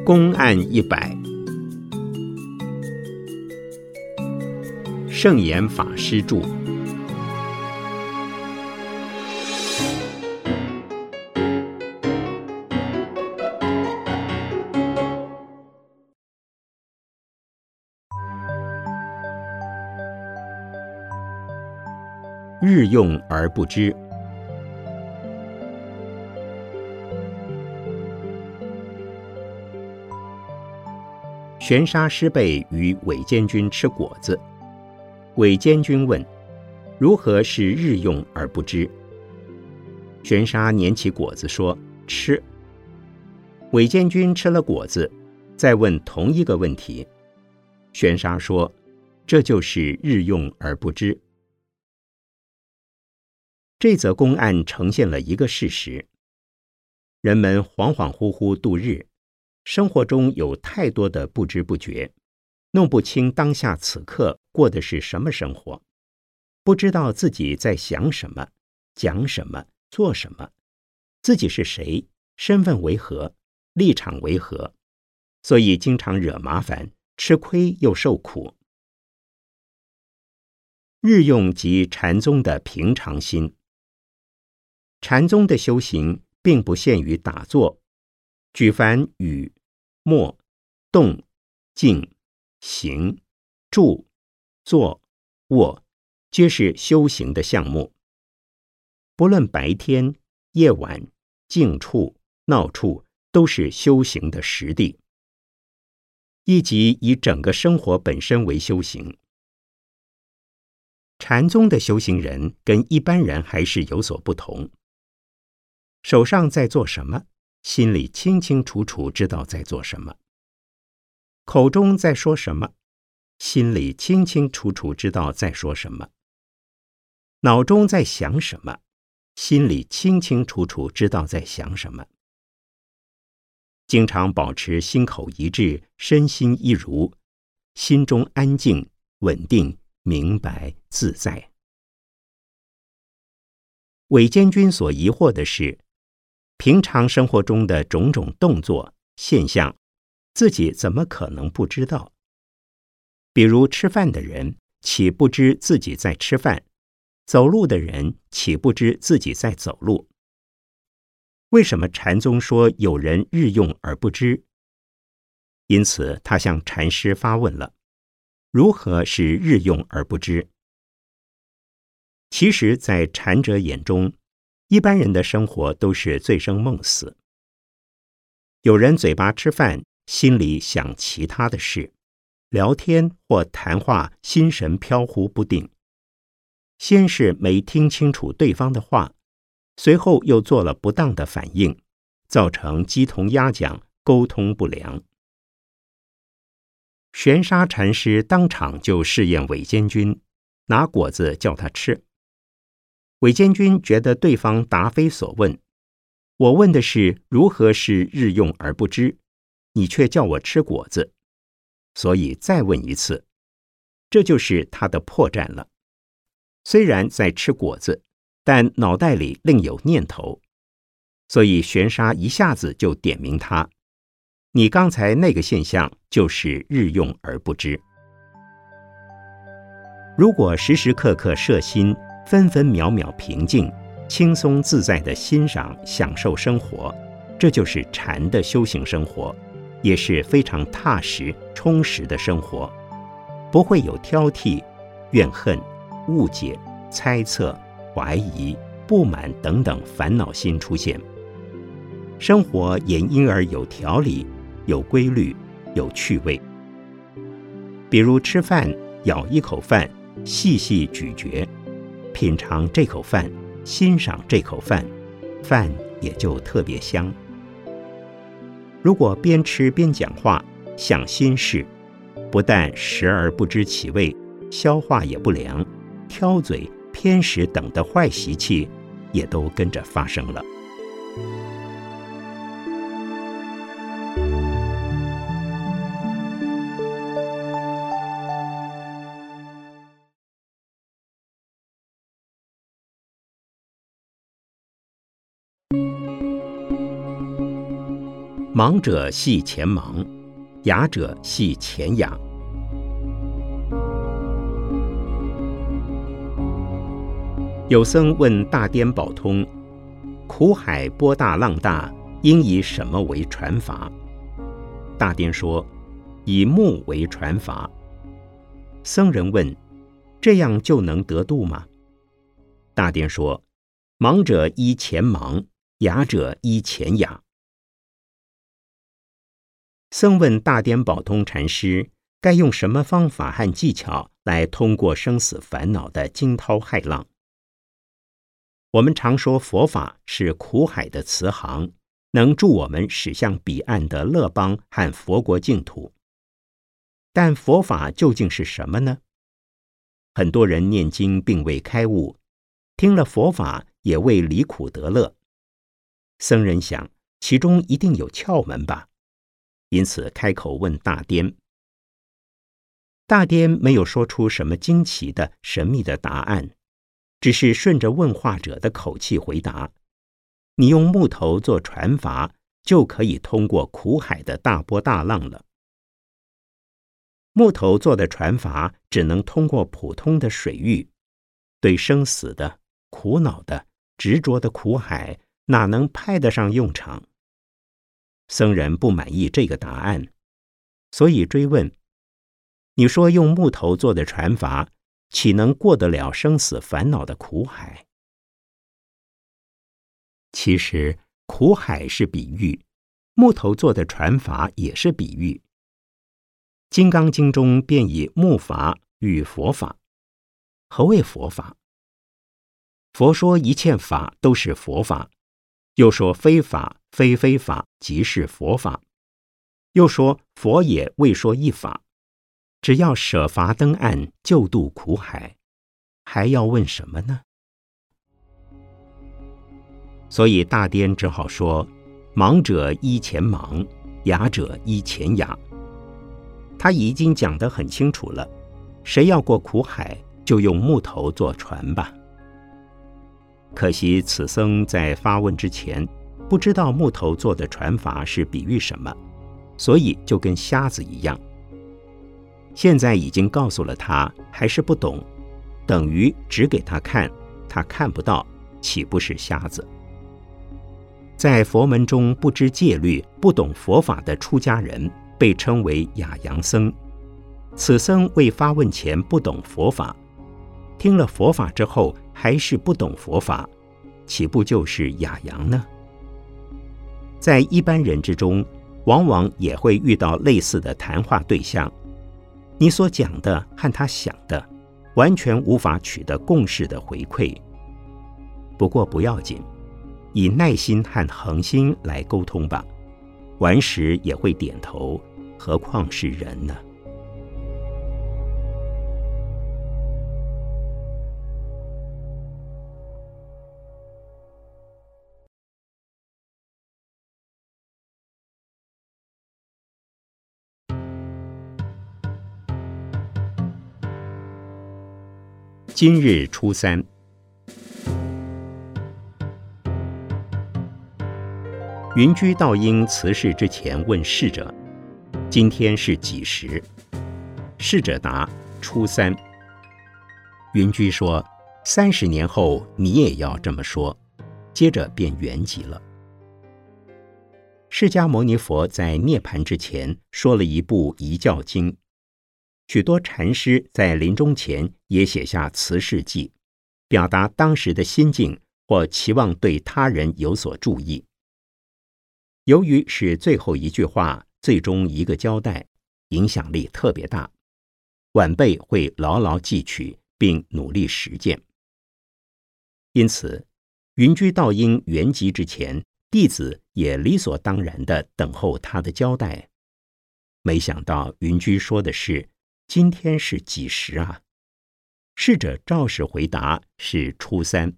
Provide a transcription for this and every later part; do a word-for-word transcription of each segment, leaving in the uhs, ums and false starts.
公案一百，圣严法师著。日用而不知。玄沙师辈与韦监军吃果子，韦监军问：如何是日用而不知？玄沙拈起果子说：吃。韦监军吃了果子，再问同一个问题，玄沙说：这就是日用而不知。这则公案呈现了一个事实：人们恍恍惚惚度日，生活中有太多的不知不觉，弄不清当下此刻过的是什么生活，不知道自己在想什么、讲什么、做什么，自己是谁，身份为何，立场为何，所以经常惹麻烦，吃亏又受苦。日用即禅宗的平常心。禅宗的修行并不限于打坐，举凡语、默、动、静、行、住、坐、卧，皆是修行的项目。不论白天、夜晚、静处、闹处，都是修行的实地。亦即以整个生活本身为修行。禅宗的修行人跟一般人还是有所不同。手上在做什么，心里清清楚楚知道在做什么；口中在说什么，心里清清楚楚知道在说什么；脑中在想什么，心里清清楚楚知道在想什么。经常保持心口一致，身心一如，心中安静、稳定、明白、自在。韦监军所疑惑的是，平常生活中的种种动作现象，自己怎么可能不知道？比如吃饭的人，岂不知自己在吃饭？走路的人，岂不知自己在走路？为什么禅宗说有人日用而不知？因此他向禅师发问了：如何是日用而不知？其实在禅者眼中，一般人的生活都是醉生梦死。有人嘴巴吃饭，心里想其他的事，聊天或谈话，心神飘忽不定。先是没听清楚对方的话，随后又做了不当的反应，造成鸡同鸭讲，沟通不良。玄沙禅师当场就试验韦监军，拿果子叫他吃。韦监军觉得对方答非所问，我问的是如何是日用而不知，你却叫我吃果子，所以再问一次，这就是他的破绽了。虽然在吃果子，但脑袋里另有念头，所以玄沙一下子就点明他，你刚才那个现象就是日用而不知。如果时时刻刻摄心，分分秒秒平静、轻松自在地欣赏、享受生活，这就是禅的修行生活，也是非常踏实、充实的生活，不会有挑剔、怨恨、误解、猜测、怀疑、不满等等烦恼心出现。生活也因而有条理、有规律、有趣味。比如吃饭，咬一口饭，细细咀嚼，品尝这口饭，欣赏这口饭，饭也就特别香。如果边吃边讲话，想心事，不但食而不知其味，消化也不良，挑嘴、偏食等的坏习气也都跟着发生了。 盲者系前盲，哑者系前哑。有僧问大颠宝通：苦海波大浪大，应以什么为船筏？大颠说：以木为船筏。僧人问：这样就能得度吗？大颠说：盲者依前盲，哑者依前哑。僧问大颠宝通禅师，该用什么方法和技巧来通过生死烦恼的惊涛骇浪？我们常说佛法是苦海的慈航，能助我们驶向彼岸的乐邦和佛国净土。但佛法究竟是什么呢？很多人念经并未开悟，听了佛法也未离苦得乐。僧人想，其中一定有窍门吧，因此开口问大颠。大颠没有说出什么惊奇的神秘的答案，只是顺着问话者的口气回答：你用木头做船筏，就可以通过苦海的大波大浪了。木头做的船筏只能通过普通的水域，对生死的、苦恼的、执着的苦海，哪能派得上用场？僧人不满意这个答案，所以追问：你说用木头做的船筏，岂能过得了生死烦恼的苦海？其实苦海是比喻，木头做的船筏也是比喻。《金刚经》中便以木筏喻佛法。何谓佛法？佛说一切法都是佛法，又说非法非非法即是佛法，又说佛也未说一法，只要舍筏登岸，救度苦海，还要问什么呢？所以大颠只好说：盲者依前盲，哑者依前哑。他已经讲得很清楚了，谁要过苦海，就用木头做船吧。可惜此僧在发问之前，不知道木头做的船筏是比喻什么，所以就跟瞎子一样。现在已经告诉了他，还是不懂，等于只给他看，他看不到，岂不是瞎子？在佛门中不知戒律、不懂佛法的出家人，被称为哑洋僧。此僧未发问前不懂佛法，听了佛法之后还是不懂佛法，岂不就是哑洋呢？在一般人之中，往往也会遇到类似的谈话对象，你所讲的和他想的，完全无法取得共识的回馈。不过不要紧，以耐心和恒心来沟通吧，完时也会点头，何况是人呢？今日初三，云居道因辞世之前问侍者：今天是几时？侍者答：初三。云居说：三十年后你也要这么说。接着便圆寂了。释迦牟尼佛在涅槃之前说了一部遗教经，许多禅师在临终前也写下辞世记，表达当时的心境或期望对他人有所注意。由于是最后一句话，最终一个交代，影响力特别大，晚辈会牢牢记取并努力实践。因此，云居道因圆寂之前，弟子也理所当然地等候他的交代。没想到云居说的是：今天是几时啊？侍者照实回答是初三。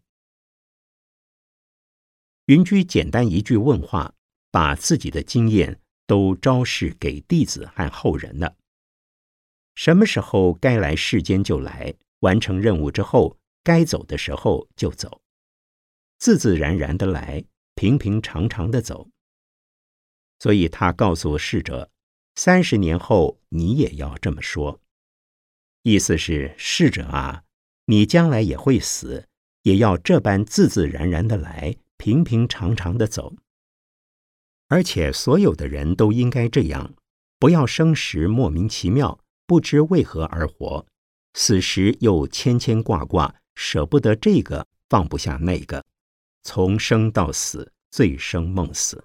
云居简单一句问话，把自己的经验都昭示给弟子和后人了。什么时候该来世间就来，完成任务之后，该走的时候就走，自自然然的来，平平常常的走。 所以他告诉侍者，三十年后你也要这么说。意思是，侍者啊，你将来也会死，也要这般自自然然的来，平平常常的走。而且所有的人都应该这样，不要生时莫名其妙，不知为何而活，死时又牵牵挂挂，舍不得这个，放不下那个，从生到死，醉生梦死。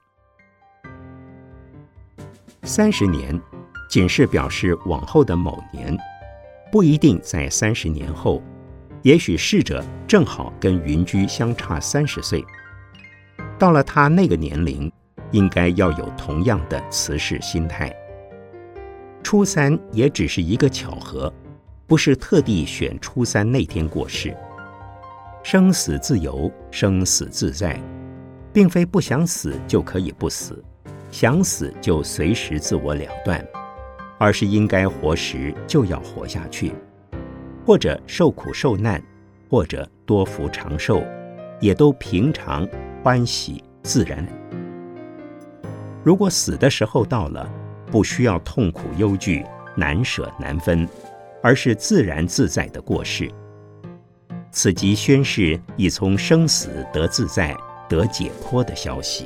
三十年仅是表示往后的某年，不一定在三十年后，也许逝者正好跟云居相差三十岁，到了他那个年龄，应该要有同样的辞世心态。初三也只是一个巧合，不是特地选初三那天过世。生死自由，生死自在，并非不想死就可以不死，想死就随时自我了断，而是应该活时就要活下去，或者受苦受难，或者多福长寿，也都平常欢喜自然。如果死的时候到了，不需要痛苦忧惧，难舍难分，而是自然自在的过世，此即宣示已从生死得自在、得解脱的消息。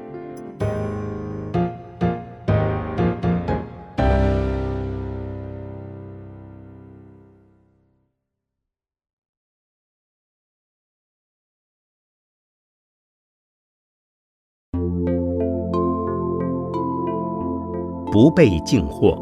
不被境惑。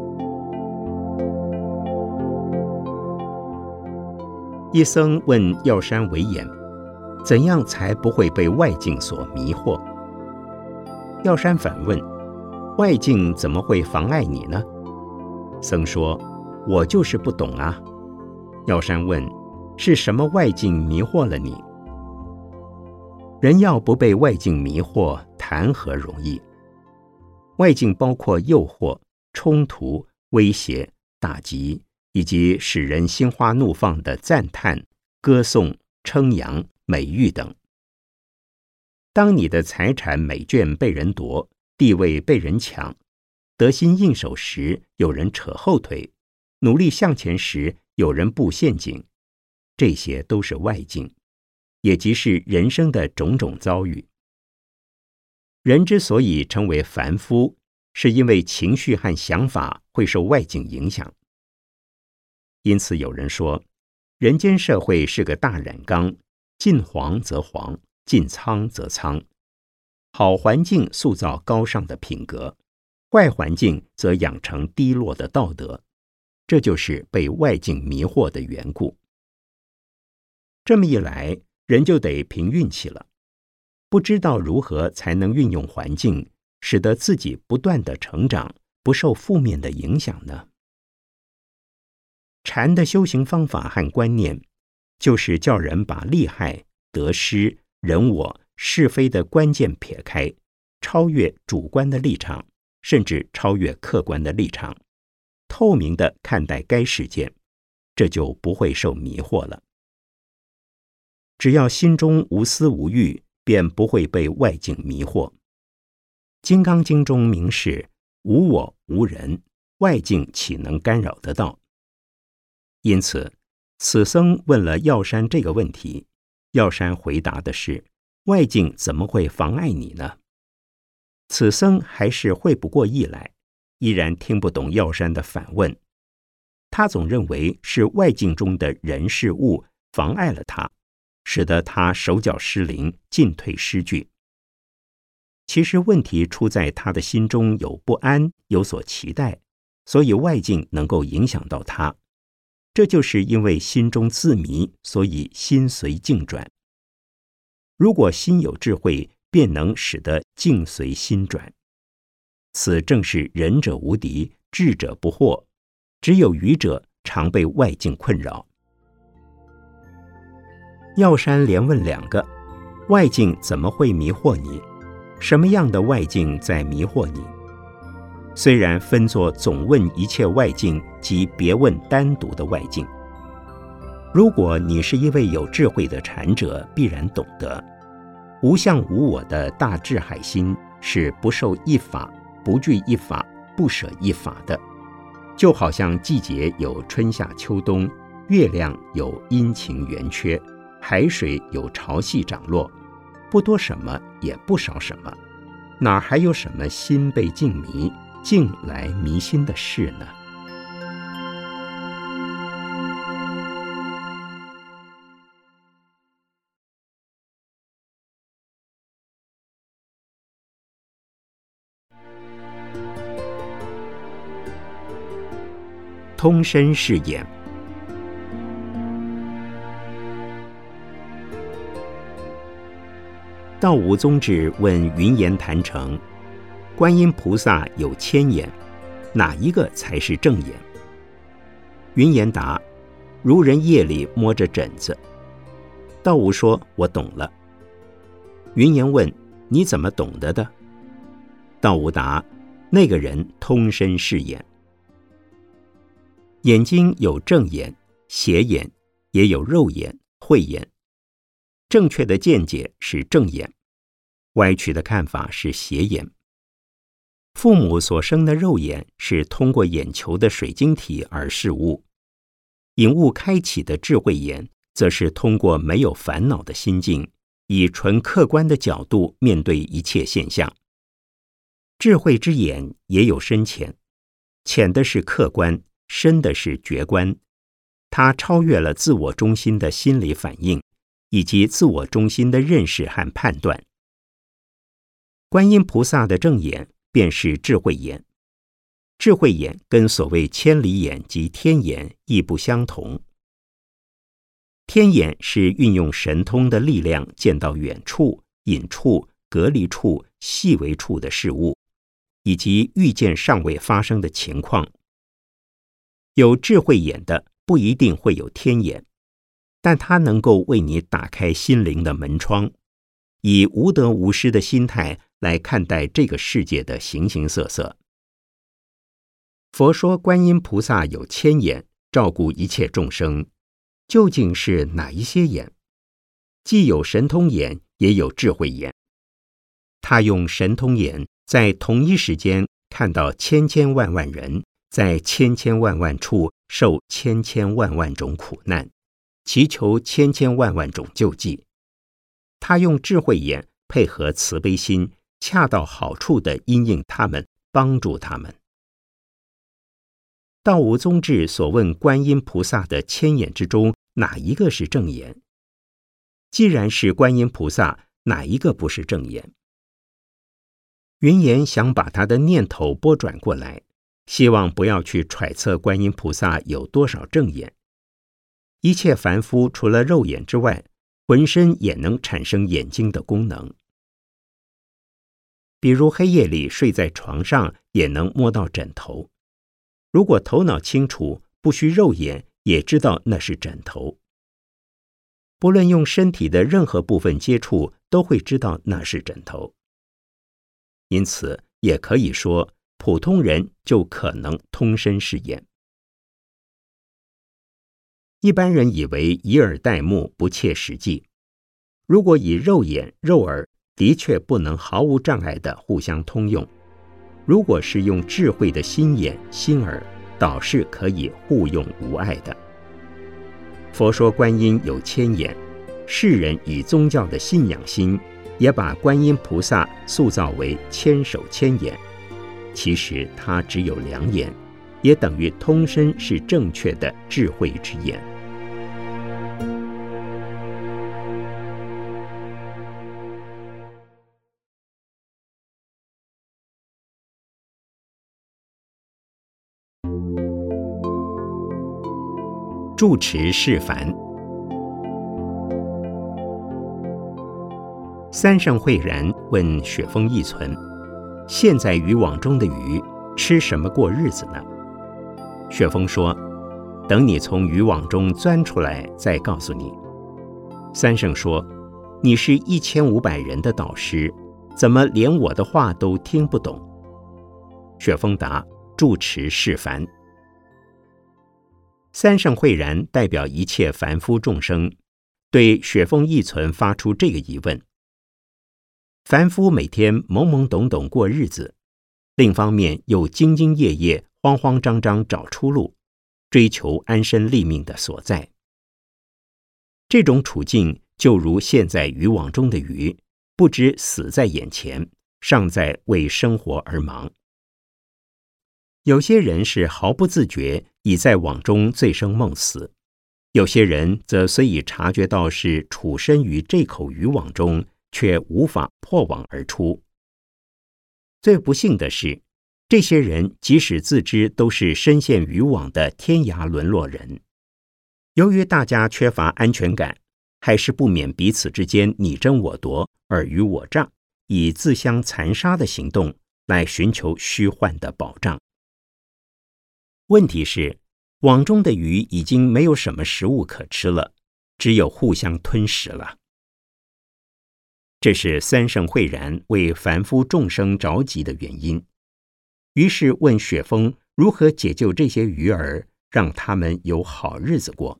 一僧问药山为眼，怎样才不会被外境所迷惑？药山反问，外境怎么会妨碍你呢？僧说，我就是不懂啊。药山问，是什么外境迷惑了你？人要不被外境迷惑，谈何容易？外境包括诱惑、冲突、威胁、打击，以及使人心花怒放的赞叹、歌颂、称扬、美誉等。当你的财产美眷被人夺，地位被人抢，得心应手时有人扯后腿，努力向前时有人布陷阱，这些都是外境，也即是人生的种种遭遇。人之所以成为凡夫，是因为情绪和想法会受外境影响。因此有人说，人间社会是个大染缸，进黄则黄，进苍则苍。好环境塑造高尚的品格，坏环境则养成低落的道德，这就是被外境迷惑的缘故。这么一来，人就得凭运气了。不知道如何才能运用环境，使得自己不断的成长，不受负面的影响呢？禅的修行方法和观念，就是叫人把利害、得失、人我、是非的关键撇开，超越主观的立场，甚至超越客观的立场，透明地看待该事件，这就不会受迷惑了。只要心中无私无欲，便不会被外境迷惑。《金刚经》中明示，无我无人，外境岂能干扰得到？因此，此僧问了药山这个问题，药山回答的是，外境怎么会妨碍你呢？此僧还是会不过意来，依然听不懂药山的反问。他总认为是外境中的人事物妨碍了他，使得他手脚失灵，进退失据。其实问题出在他的心中有不安，有所期待，所以外境能够影响到他。这就是因为心中自迷，所以心随境转。如果心有智慧，便能使得境随心转。此正是仁者无敌，智者不惑，只有愚者常被外境困扰。药山连问两个，外境怎么会迷惑你？什么样的外境在迷惑你？虽然分作总问一切外境及别问单独的外境。如果你是一位有智慧的禅者，必然懂得，无相无我的大智海心是不受一法不惧一法，不舍一法的，就好像季节有春夏秋冬，月亮有阴晴圆缺，海水有潮汐涨落，不多什么也不少什么，哪还有什么心被境迷，境来迷心的事呢？通身是眼。道无宗智问云岩坛城，观音菩萨有千眼，哪一个才是正眼？云岩答：如人夜里摸着疹子。道无说：我懂了。云岩问：你怎么懂得的？道无答：那个人通身是眼。眼睛有正眼、邪眼，也有肉眼、慧眼。正确的见解是正眼，歪曲的看法是邪眼。父母所生的肉眼是通过眼球的水晶体而视物，引悟开启的智慧眼，则是通过没有烦恼的心境，以纯客观的角度面对一切现象。智慧之眼也有深浅，浅的是客观，深的是觉观，它超越了自我中心的心理反应，以及自我中心的认识和判断。观音菩萨的正眼便是智慧眼，智慧眼跟所谓千里眼及天眼亦不相同。天眼是运用神通的力量见到远处、隐处、隔离处、细微处的事物，以及预见尚未发生的情况。有智慧眼的不一定会有天眼，但它能够为你打开心灵的门窗，以无得无失的心态来看待这个世界的形形色色。佛说观音菩萨有千眼，照顾一切众生，究竟是哪一些眼？既有神通眼，也有智慧眼。他用神通眼在同一时间看到千千万万人在千千万万处受千千万万种苦难，祈求千千万万种救济。他用智慧眼配合慈悲心，恰到好处地因应他们，帮助他们。道无宗智所问观音菩萨的千眼之中，哪一个是正眼？既然是观音菩萨，哪一个不是正眼？云岩想把他的念头拨转过来，希望不要去揣测观音菩萨有多少正眼。一切凡夫除了肉眼之外，浑身也能产生眼睛的功能。比如黑夜里睡在床上，也能摸到枕头。如果头脑清楚，不需肉眼也知道那是枕头。不论用身体的任何部分接触，都会知道那是枕头。因此，也可以说，普通人就可能通身是眼。一般人以为以耳代目不切实际，如果以肉眼、肉耳，的确不能毫无障碍地互相通用。如果是用智慧的心眼、心耳，倒是可以互用无碍的。佛说观音有千眼，世人以宗教的信仰心，也把观音菩萨塑造为千手千眼。其实它只有两眼，也等于通身是正确的智慧之眼。住持释梵。三圣慧然问雪峰义存：现在渔网中的鱼吃什么过日子呢？雪峰说：等你从渔网中钻出来再告诉你。三圣说：你是一千五百人的导师，怎么连我的话都听不懂？雪峰答：住持释梵。三圣慧然代表一切凡夫众生，对雪峰义存发出这个疑问：凡夫每天懵懵懂懂过日子， 另一方面又兢兢业业、慌慌张张找出路，追求安身立命的所在。这种处境就如陷在渔网中的鱼，不知死在眼前，尚在为生活而忙。有些人是毫不自觉，已在网中醉生梦死；有些人则虽已察觉到是处身于这口渔网中，却无法破网而出。最不幸的是，这些人即使自知都是深陷渔网的天涯沦落人，由于大家缺乏安全感，还是不免彼此之间你争我夺、尔虞我诈，以自相残杀的行动来寻求虚幻的保障。问题是，网中的鱼已经没有什么食物可吃了，只有互相吞食了。这是三圣慧然为凡夫众生着急的原因，于是问雪峰如何解救这些鱼儿，让他们有好日子过。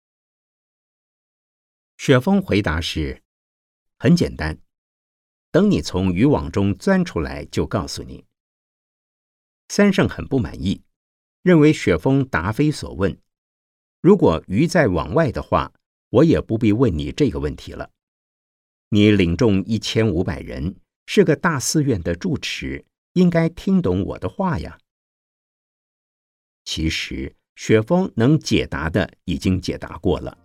雪峰回答是：很简单，等你从渔网中钻出来就告诉你。三圣很不满意，认为雪峰答非所问，如果鱼在网外的话，我也不必问你这个问题了。你领众一千五百人，是个大寺院的住持，应该听懂我的话呀。其实雪峰能解答的已经解答过了。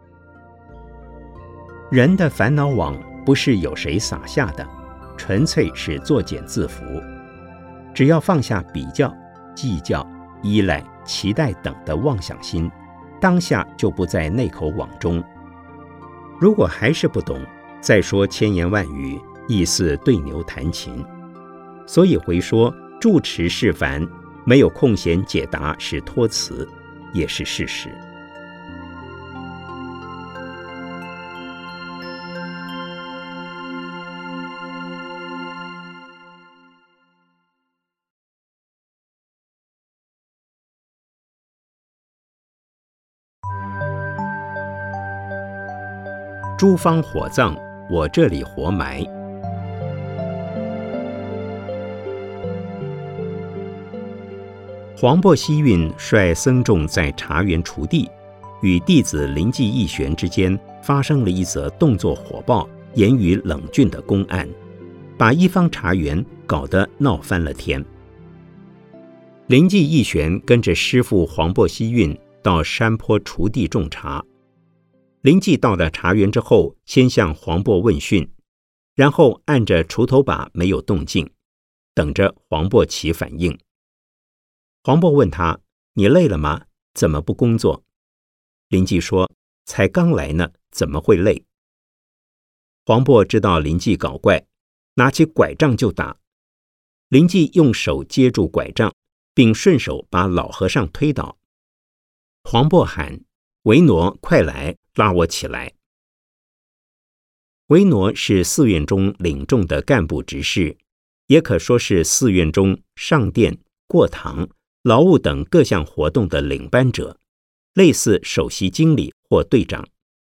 人的烦恼网不是有谁撒下的，纯粹是作茧自缚。只要放下比较、计较、依赖、期待等的妄想心，当下就不在那口网中。如果还是不懂，再说千言万语，亦似对牛弹琴。所以回说住持是凡，没有空闲解答是托词，也是事实。诸方火葬，我这里活埋。黄檗希运率僧众在茶园锄地，与弟子临济义玄之间发生了一则动作火爆、言语冷峻的公案，把一方茶园搞得闹翻了天。临济义玄跟着师父黄檗希运到山坡锄地种茶。临济到了茶园之后，先向黄檗问讯，然后按着锄头把没有动静，等着黄檗起反应。黄檗问他：你累了吗？怎么不工作？临济说：才刚来呢，怎么会累？黄檗知道临济搞怪，拿起拐杖就打。临济用手接住拐杖，并顺手把老和尚推倒。黄檗喊：维挪，快来，拉我起来！维挪是寺院中领众的干部执事，也可说是寺院中上殿、过堂、劳务等各项活动的领班者，类似首席经理或队长。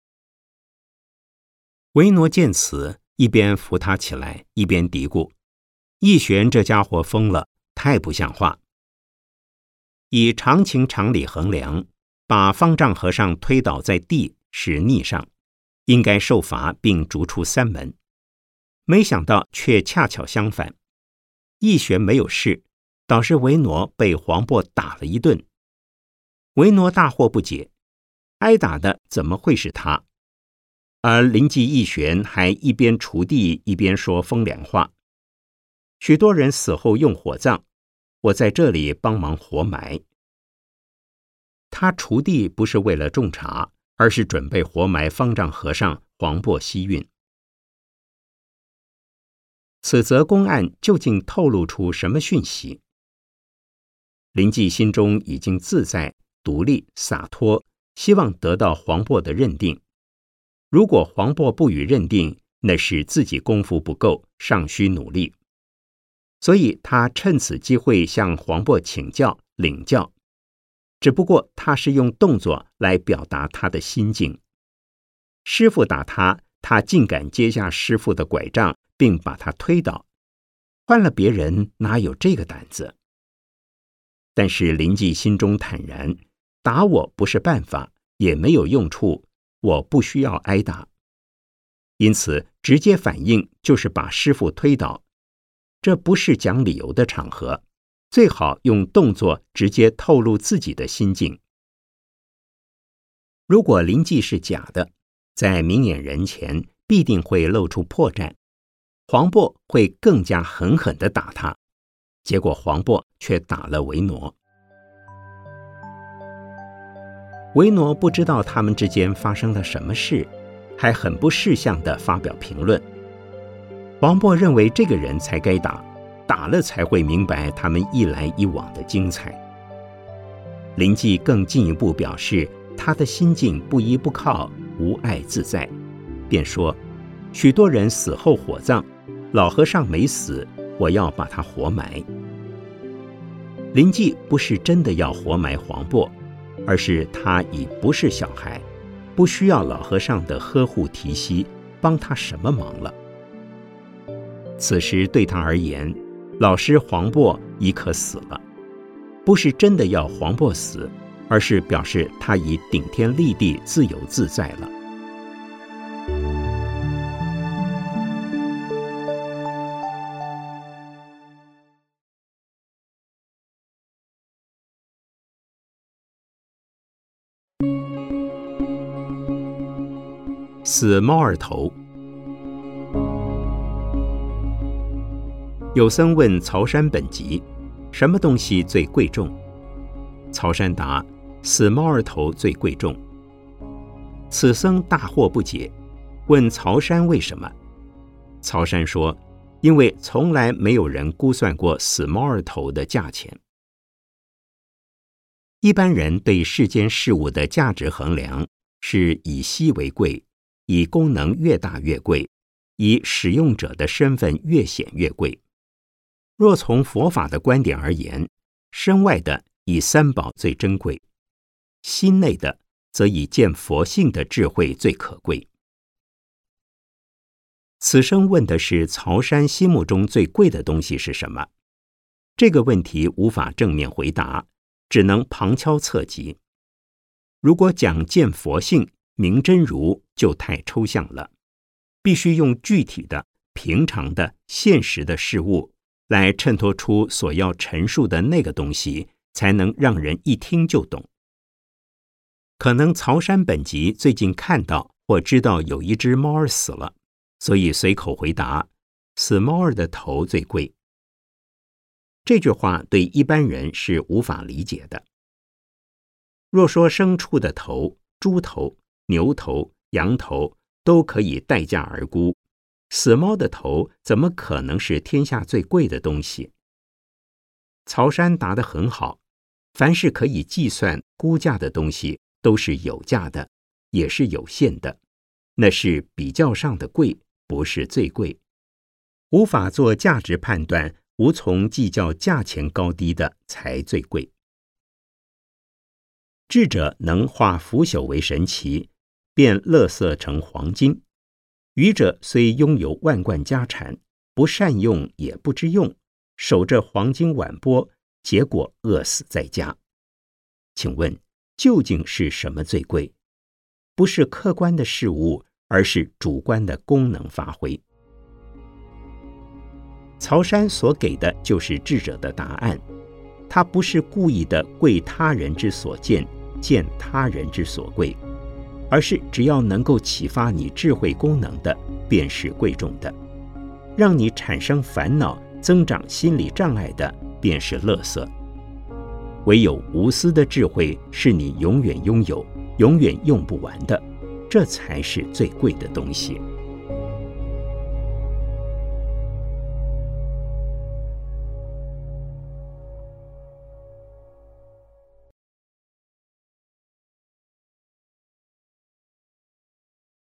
维挪见此，一边扶他起来，一边嘀咕：义玄这家伙疯了，太不像话。以常情常理衡量，把方丈和尚推倒在地是逆上，应该受罚并逐出三门。没想到却恰巧相反，义玄没有事，倒是维挪被黄檗打了一顿。维挪大惑不解，挨打的怎么会是他？而临济义玄还一边锄地一边说风凉话。许多人死后用火葬，我在这里帮忙活埋。他锄地不是为了种茶，而是准备活埋方丈和尚黄檗希运。此则公案究竟透露出什么讯息？临济心中已经自在、独立、洒脱，希望得到黄檗的认定。如果黄檗不予认定，那是自己功夫不够，尚需努力。所以他趁此机会向黄檗请教、领教。只不过他是用动作来表达他的心境。师父打他，他竟敢接下师父的拐杖，并把他推倒。 换了别人哪有这个胆子？但是林记心中坦然，打我不是办法，也没有用处，我不需要挨打。因此直接反应就是把师父推倒，这不是讲理由的场合，最好用动作直接透露自己的心境。如果灵记是假的，在明眼人前必定会露出破绽，黄渤会更加狠狠地打他，结果黄渤却打了维挪。维挪不知道他们之间发生了什么事，还很不识相地发表评论。黄渤认为这个人才该打，打了才会明白他们一来一往的精彩。灵记更进一步表示他的心境不依不靠，无碍自在，便说许多人死后火葬，老和尚没死，我要把他活埋。灵记不是真的要活埋黄渤，而是他已不是小孩，不需要老和尚的呵护提携，帮他什么忙了。此时对他而言，老师黄渤已可死了，不是真的要黄渤死，而是表示他已顶天立地、自由自在了。死猫儿头。有僧问曹山本集，什么东西最贵重？曹山答：死猫儿头最贵重。此僧大惑不解，问曹山为什么？曹山说：因为从来没有人估算过死猫儿头的价钱。一般人对世间事物的价值衡量是以稀为贵，以功能越大越贵，以使用者的身份越显越贵。若从佛法的观点而言，身外的以三宝最珍贵，心内的则以见佛性的智慧最可贵。此生问的是曹山心目中最贵的东西是什么？这个问题无法正面回答，只能旁敲侧击。如果讲见佛性、明真如就太抽象了，必须用具体的、平常的、现实的事物来衬托出所要陈述的那个东西，才能让人一听就懂。可能曹山本集最近看到或知道有一只猫儿死了，所以随口回答：死猫儿的头最贵。这句话对一般人是无法理解的。若说牲畜的头，猪头、牛头、羊头都可以待价而沽，死猫的头怎么可能是天下最贵的东西？曹山答得很好，凡是可以计算估价的东西都是有价的，也是有限的，那是比较上的贵，不是最贵。无法做价值判断，无从计较价钱高低的才最贵。智者能化腐朽为神奇，变垃圾成黄金。愚者虽拥有万贯家产，不善用也不知用，守着黄金碗钵，结果饿死在家。请问究竟是什么最贵？不是客观的事物，而是主观的功能发挥。曹山所给的就是智者的答案，他不是故意的贵他人之所见，见他人之所贵，而是只要能够启发你智慧功能的，便是贵重的；让你产生烦恼、增长心理障碍的，便是垃圾。唯有无私的智慧是你永远拥有、永远用不完的，这才是最贵的东西。